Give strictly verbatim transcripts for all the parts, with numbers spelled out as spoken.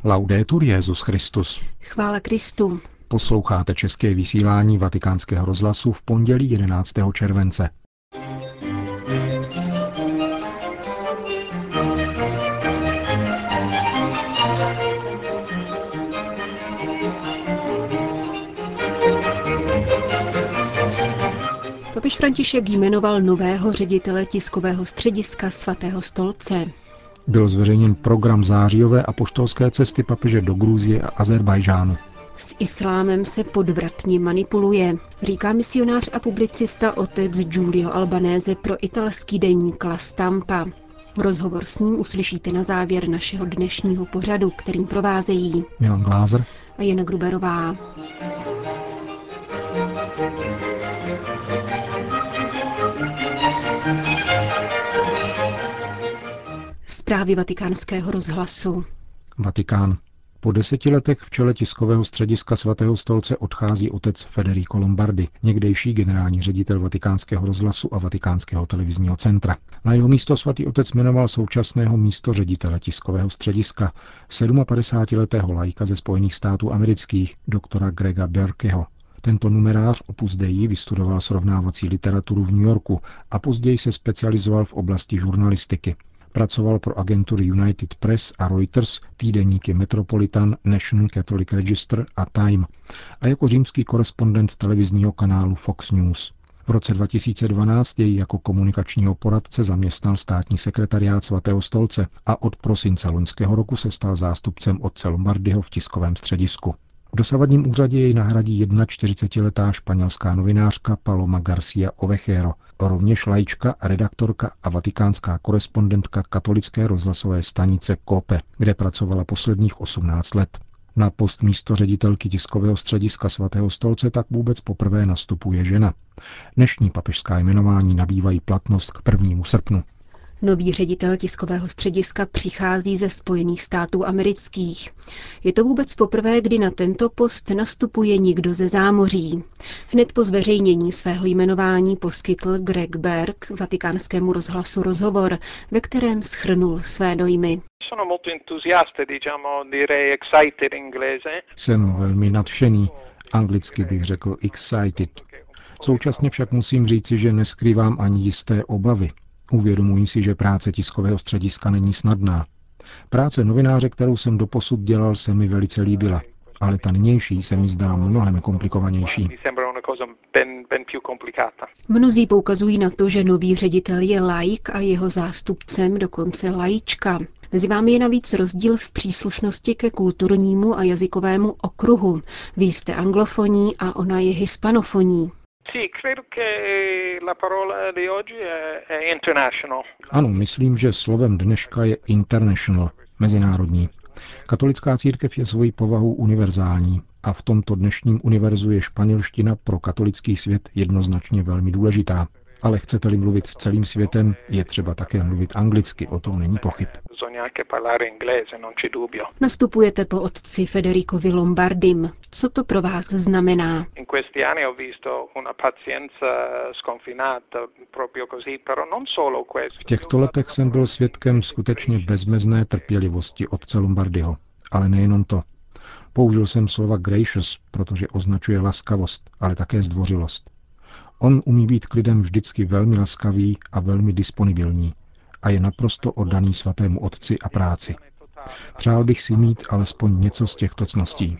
Laudetur Jesus Christus. Chvála Kristu. Posloucháte české vysílání Vatikánského rozhlasu v pondělí jedenáctého července. Papež František jmenoval nového ředitele tiskového střediska Svatého stolce. Byl zveřejněn program zářijové apoštolské cesty papeže do Gruzie a Azerbajdžánu. S islámem se podvratně manipuluje, říká misionář a publicista otec Giulio Albanese pro italský deník La Stampa. Rozhovor s ním uslyšíte na závěr našeho dnešního pořadu, kterým provázejí Milan Glázer a Jana Gruberová. Zprávy Vatikánského rozhlasu. Vatikán. Po deseti letech v čele tiskového střediska Svatého stolce odchází otec Federico Lombardi, někdejší generální ředitel Vatikánského rozhlasu a Vatikánského televizního centra. Na jeho místo svatý otec jmenoval současného místoředitele tiskového střediska, sedmapadesátiletého laika ze Spojených států amerických, doktora Grega Berkeho. Tento numerář Opus Dei vystudoval srovnávací literaturu v New Yorku a později se specializoval v oblasti žurnalistiky. Pracoval pro agentury United Press a Reuters, týdeníky Metropolitan, National Catholic Register a Time a jako římský korespondent televizního kanálu Fox News. V roce dva tisíce dvanáct jej jako komunikačního poradce zaměstnal státní sekretariát Svatého stolce a od prosince loňského roku se stal zástupcem otce Lombardiho v tiskovém středisku. V dosavadním úřadě jej nahradí čtyřicetiletá španělská novinářka Paloma García Ovejero, rovněž laička, redaktorka a vatikánská korespondentka katolické rozhlasové stanice Cope, kde pracovala posledních osmnáct let. Na post místoředitelky tiskového střediska Svatého stolce tak vůbec poprvé nastupuje žena. Dnešní papežská jmenování nabývají platnost k prvnímu srpnu. Nový ředitel tiskového střediska přichází ze Spojených států amerických. Je to vůbec poprvé, kdy na tento post nastupuje někdo ze zámoří. Hned po zveřejnění svého jmenování poskytl Greg Berg Vatikánskému rozhlasu rozhovor, ve kterém shrnul své dojmy. Jsem velmi nadšený, anglicky bych řekl excited. Současně však musím říci, že neskrývám ani jisté obavy. Uvědomuji si, že práce tiskového střediska není snadná. Práce novináře, kterou jsem doposud dělal, se mi velice líbila, ale ta nynější se mi zdá mnohem komplikovanější. Mnozí poukazují na to, že nový ředitel je laik a jeho zástupcem dokonce laička. Mezi vámi je navíc rozdíl v příslušnosti ke kulturnímu a jazykovému okruhu. Vy jste anglofoní a ona je hispanofoní. Ano, myslím, že slovem dneška je international, mezinárodní. Katolická církev je svojí povahou univerzální a v tomto dnešním univerzu je španělština pro katolický svět jednoznačně velmi důležitá. Ale chcete-li mluvit s celým světem, je třeba také mluvit anglicky, o tom není pochyb. Nastupujete po otci Federicovi Lombardim. Co to pro vás znamená? V těchto letech jsem byl svědkem skutečně bezmezné trpělivosti otce Lombardiho. Ale nejenom to. Použil jsem slova gracious, protože označuje laskavost, ale také zdvořilost. On umí být k lidem vždycky velmi laskavý a velmi disponibilní a je naprosto oddaný svatému otci a práci. Přál bych si mít alespoň něco z těchto cností.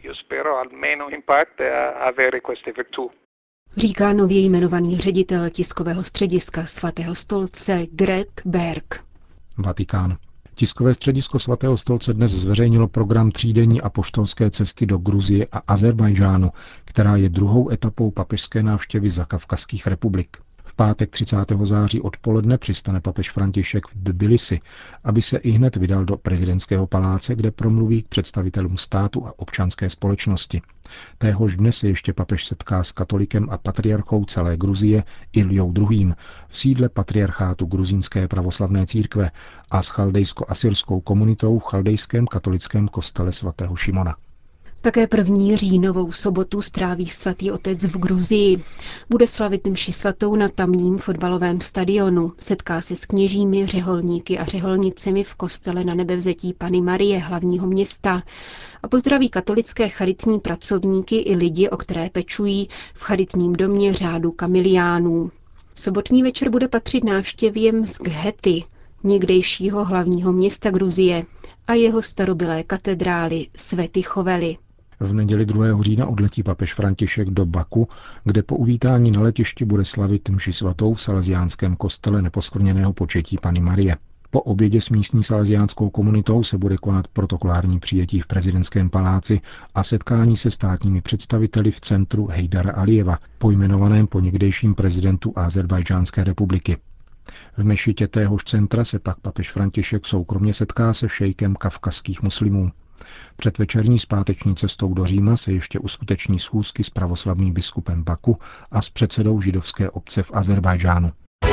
Říká nově jmenovaný ředitel tiskového střediska Svatého stolce Greg Berg. Vatikán. Tiskové středisko Svatého stolce dnes zveřejnilo program třídenní apoštolské cesty do Gruzie a Azerbajdžánu, která je druhou etapou papežské návštěvy zakavkazských republik. V pátek třicátého září odpoledne přistane papež František v Tbilisi, aby se ihned vydal do prezidentského paláce, kde promluví k představitelům státu a občanské společnosti. Téhož dne se ještě papež setká s katolikem a patriarchou celé Gruzie Iljou druhým. v sídle patriarchátu gruzínské pravoslavné církve a s chaldejsko-asyrskou komunitou v chaldejském katolickém kostele svatého Šimona. Také první říjnovou sobotu stráví svatý otec v Gruzii. Bude slavit mši svatou na tamním fotbalovém stadionu. Setká se s kněžími, řeholníky a řeholnicemi v kostele Na Nebevzetí Panny Marie hlavního města a pozdraví katolické charitní pracovníky i lidi, o které pečují v charitním domě řádu kamiliánů. Sobotní večer bude patřit návštěvě Mskhety, někdejšího hlavního města Gruzie, a jeho starobylé katedrály Svätychovely. V neděli druhého října odletí papež František do Baku, kde po uvítání na letišti bude slavit mši svatou v salesiánském kostele Neposkvrněného početí Panny Marie. Po obědě s místní salesiánskou komunitou se bude konat protokolární přijetí v prezidentském paláci a setkání se státními představiteli v centru Hejdara Alijeva, pojmenovaném po někdejším prezidentu Ázerbájdžánské republiky. V mešitě téhož centra se pak papež František soukromně setká se šejkem kavkazských muslimů. Před večerní zpáteční cestou do Říma se ještě uskuteční schůzky s pravoslavným biskupem Baku a s předsedou židovské obce v Ázerbájdžánu.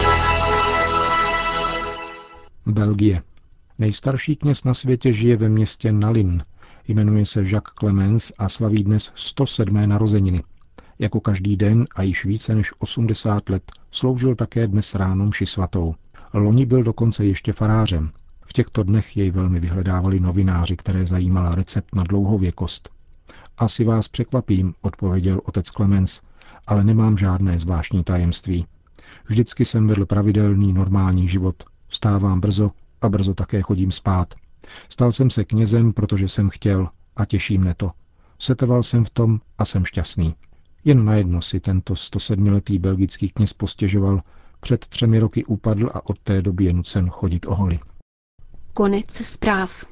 Belgie. Nejstarší kněz na světě žije ve městě Nalin. Jmenuje se Jacques Clemens a slaví dnes sto sedmé narozeniny. Jako každý den a již více než osmdesát let sloužil také dnes ráno mši svatou. Loni byl dokonce ještě farářem. V těchto dnech jej velmi vyhledávali novináři, které zajímala recept na dlouhověkost. Asi vás překvapím, odpověděl otec Clemens, ale nemám žádné zvláštní tajemství. Vždycky jsem vedl pravidelný normální život. Vstávám brzo a brzo také chodím spát. Stal jsem se knězem, protože jsem chtěl a těší mne to. Setrval jsem v tom a jsem šťastný. Jen na jedno si tento stosedmiletý belgický kněz postěžoval, před třemi roky upadl a od té doby je nucen chodit oholi. Konec zpráv.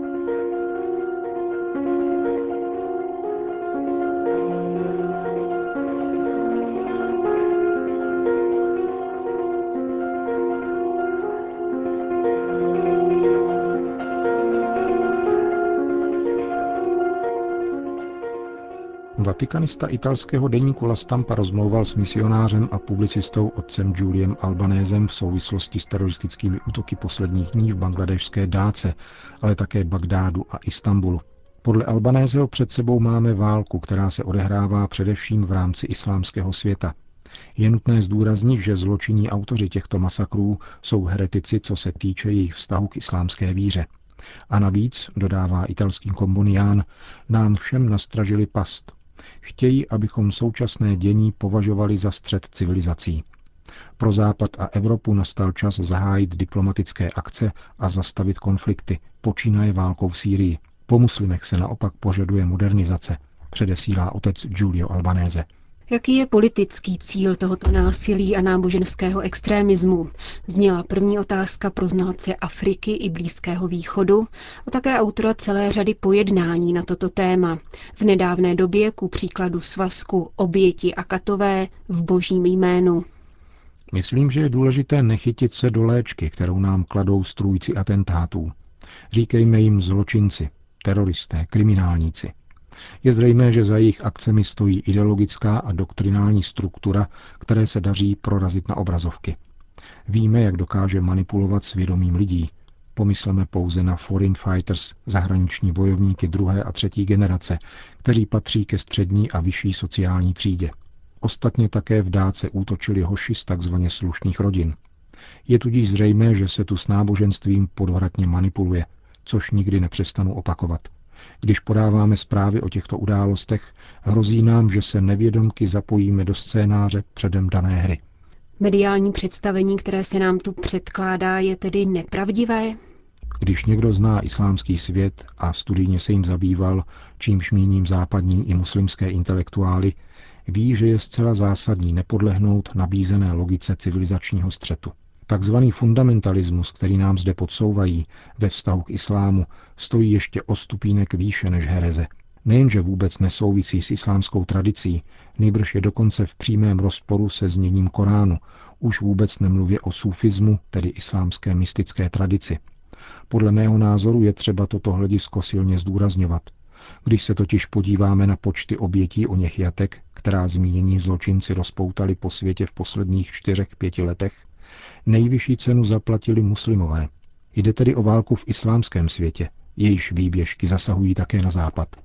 Vatikanista italského deníku La Stampa rozmlouval s misionářem a publicistou otcem Juliem Albanézem v souvislosti s teroristickými útoky posledních dní v bangladéšské Dáce, ale také Bagdádu a Istanbulu. Podle Albanézeho před sebou máme válku, která se odehrává především v rámci islámského světa. Je nutné zdůraznit, že zločinní autoři těchto masakrů jsou heretici, co se týče jejich vztahu k islámské víře. A navíc, dodává italský kombonián, nám všem nastražili past. Chtějí, abychom současné dění považovali za střet civilizací. Pro Západ a Evropu nastal čas zahájit diplomatické akce a zastavit konflikty, počínaje válkou v Sýrii. Po muslimech se naopak požaduje modernizace, předesílá otec Giulio Albanese. Jaký je politický cíl tohoto násilí a náboženského extrémismu? Zněla první otázka pro znalce Afriky i Blízkého východu a také autora celé řady pojednání na toto téma. V nedávné době ku příkladu svazku Oběti a katové v Božím jménu. Myslím, že je důležité nechytit se do léčky, kterou nám kladou strůjci atentátů. Říkejme jim zločinci, teroristé, kriminálníci. Je zřejmé, že za jejich akcemi stojí ideologická a doktrinální struktura, které se daří prorazit na obrazovky. Víme, jak dokáže manipulovat svědomím lidí. Pomysleme pouze na foreign fighters, zahraniční bojovníky druhé a třetí generace, kteří patří ke střední a vyšší sociální třídě. Ostatně také v Dáce útočili hoši z takzvaně slušných rodin. Je tudíž zřejmé, že se tu s náboženstvím podvratně manipuluje, což nikdy nepřestanu opakovat. Když podáváme zprávy o těchto událostech, hrozí nám, že se nevědomky zapojíme do scénáře předem dané hry. Mediální představení, které se nám tu předkládá, je tedy nepravdivé? Když někdo zná islámský svět a studijně se jim zabýval, čímž míním západní i muslimské intelektuály, ví, že je zcela zásadní nepodlehnout nabízené logice civilizačního střetu. Takzvaný fundamentalismus, který nám zde podsouvají ve vztahu k islámu, stojí ještě o stupínek výše než hereze. Nejenže vůbec nesouvisí s islámskou tradicí, nýbrž je dokonce v přímém rozporu se zněním Koránu, už vůbec nemluvě o sufismu, tedy islámské mystické tradici. Podle mého názoru je třeba toto hledisko silně zdůrazňovat. Když se totiž podíváme na počty obětí oněch jatek, která zmínění zločinci rozpoutali po světě v posledních čtyřech pěti letech, nejvyšší cenu zaplatili muslimové. Jde tedy o válku v islámském světě, jejíž výběžky zasahují také na západ.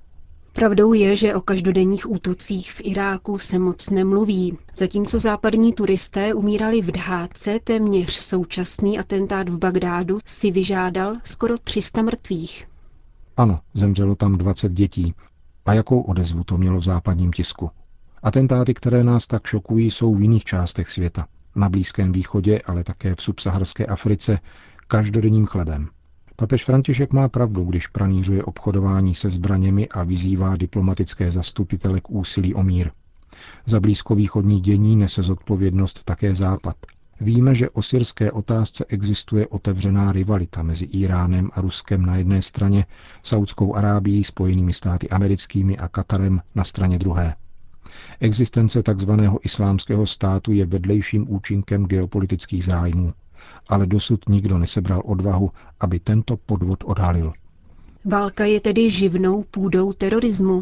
Pravdou je, že o každodenních útocích v Iráku se moc nemluví. Zatímco západní turisté umírali v Dháce, téměř současný atentát v Bagdádu si vyžádal skoro tři sta mrtvých. Ano, zemřelo tam dvacet dětí. A jakou odezvu to mělo v západním tisku? Atentáty, které nás tak šokují, jsou v jiných částech světa. Na Blízkém východě, ale také v subsaharské Africe, každodenním chlebem. Papež František má pravdu, když pranířuje obchodování se zbraněmi a vyzývá diplomatické zastupitele k úsilí o mír. Za blízkovýchodní dění nese zodpovědnost také Západ. Víme, že o syrské otázce existuje otevřená rivalita mezi Íránem a Ruskem na jedné straně, Saudskou Arábií, Spojenými státy americkými a Katarem na straně druhé. Existence tzv. Islámského státu je vedlejším účinkem geopolitických zájmů, ale dosud nikdo nesebral odvahu, aby tento podvod odhalil. Válka je tedy živnou půdou terorismu.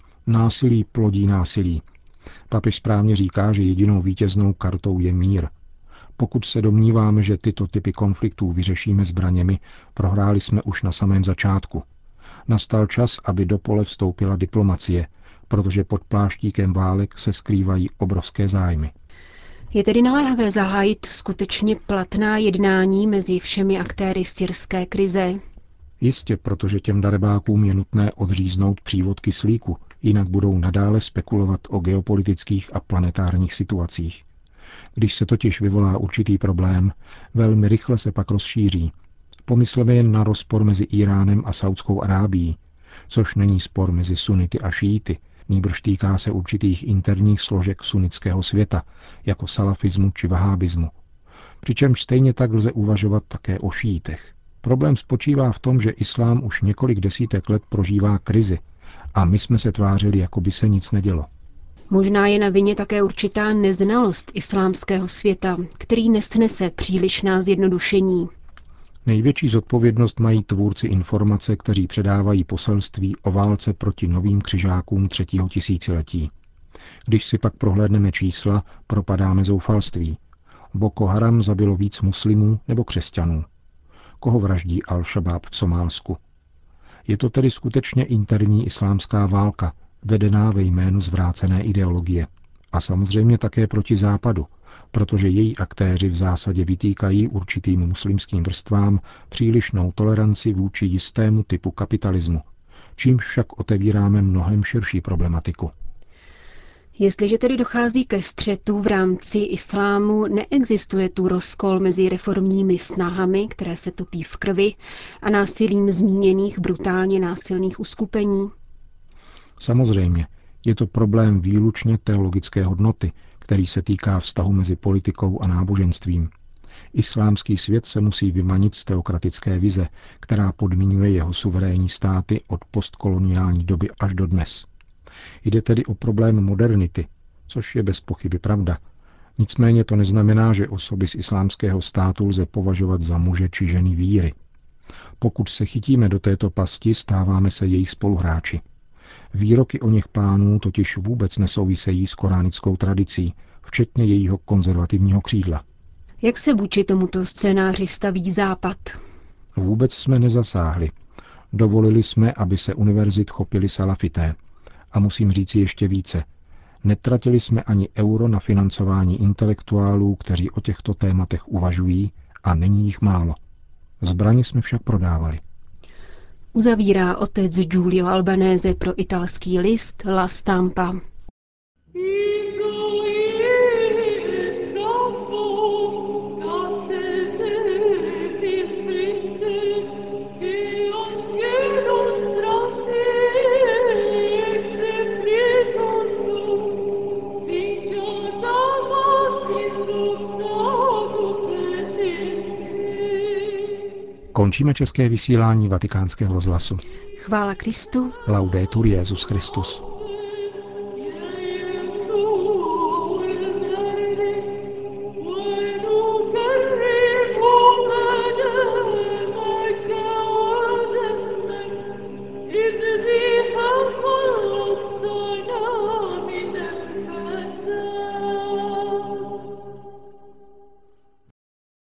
Násilí plodí násilí. Papež správně říká, že jedinou vítěznou kartou je mír. Pokud se domníváme, že tyto typy konfliktů vyřešíme zbraněmi, prohráli jsme už na samém začátku. Nastal čas, aby do pole vstoupila diplomacie, protože pod pláštíkem válek se skrývají obrovské zájmy. Je tedy naléhavé zahájit skutečně platná jednání mezi všemi aktéry syrské krize. Jistě, protože těm darebákům je nutné odříznout přívod kyslíku, jinak budou nadále spekulovat o geopolitických a planetárních situacích. Když se totiž vyvolá určitý problém, velmi rychle se pak rozšíří. Pomysleme jen na rozpor mezi Íránem a Saudskou Arábií, což není spor mezi sunity a šíity, nýbrž týká se určitých interních složek sunnického světa, jako salafismu či vahábismu. Přičemž stejně tak lze uvažovat také o šíitech. Problém spočívá v tom, že islám už několik desítek let prožívá krizi a my jsme se tvářili, jako by se nic nedělo. Možná je na vině také určitá neznalost islámského světa, který nesnese přílišná zjednodušení. Největší zodpovědnost mají tvůrci informace, kteří předávají poselství o válce proti novým křižákům třetího tisíciletí. Když si pak prohlédneme čísla, propadáme zoufalství. Boko Haram zabilo víc muslimů nebo křesťanů. Koho vraždí Al-Šabáb v Somálsku? Je to tedy skutečně interní islámská válka, vedená ve jménu zvrácené ideologie. A samozřejmě také proti Západu, protože její aktéři v zásadě vytýkají určitým muslimským vrstvám přílišnou toleranci vůči jistému typu kapitalismu, čímž však otevíráme mnohem širší problematiku. Jestliže tedy dochází ke střetu v rámci islámu, neexistuje tu rozkol mezi reformními snahami, které se topí v krvi, a násilím zmíněných brutálně násilných uskupení? Samozřejmě, je to problém výlučně teologické hodnoty, který se týká vztahu mezi politikou a náboženstvím. Islámský svět se musí vymanit z teokratické vize, která podmiňuje jeho suverénní státy od postkoloniální doby až do dnes. Jde tedy o problém modernity, což je bez pochyby pravda. Nicméně to neznamená, že osoby z islámského státu lze považovat za muže či ženy víry. Pokud se chytíme do této pasti, stáváme se jejich spoluhráči. Výroky o něch pánů totiž vůbec nesouvisejí s koránickou tradicí, včetně jejího konzervativního křídla. Jak se vůči tomuto scénáři staví Západ? Vůbec jsme nezasáhli. Dovolili jsme, aby se univerzit chopili salafité. A musím říci ještě více. Netratili jsme ani euro na financování intelektuálů, kteří o těchto tématech uvažují, a není jich málo. Zbraně jsme však prodávali. Uzavírá otec Giulio Albanese pro italský list La Stampa. Končíme české vysílání Vatikánského rozhlasu. Chvála Kristu. Laudetur Jesus Christus.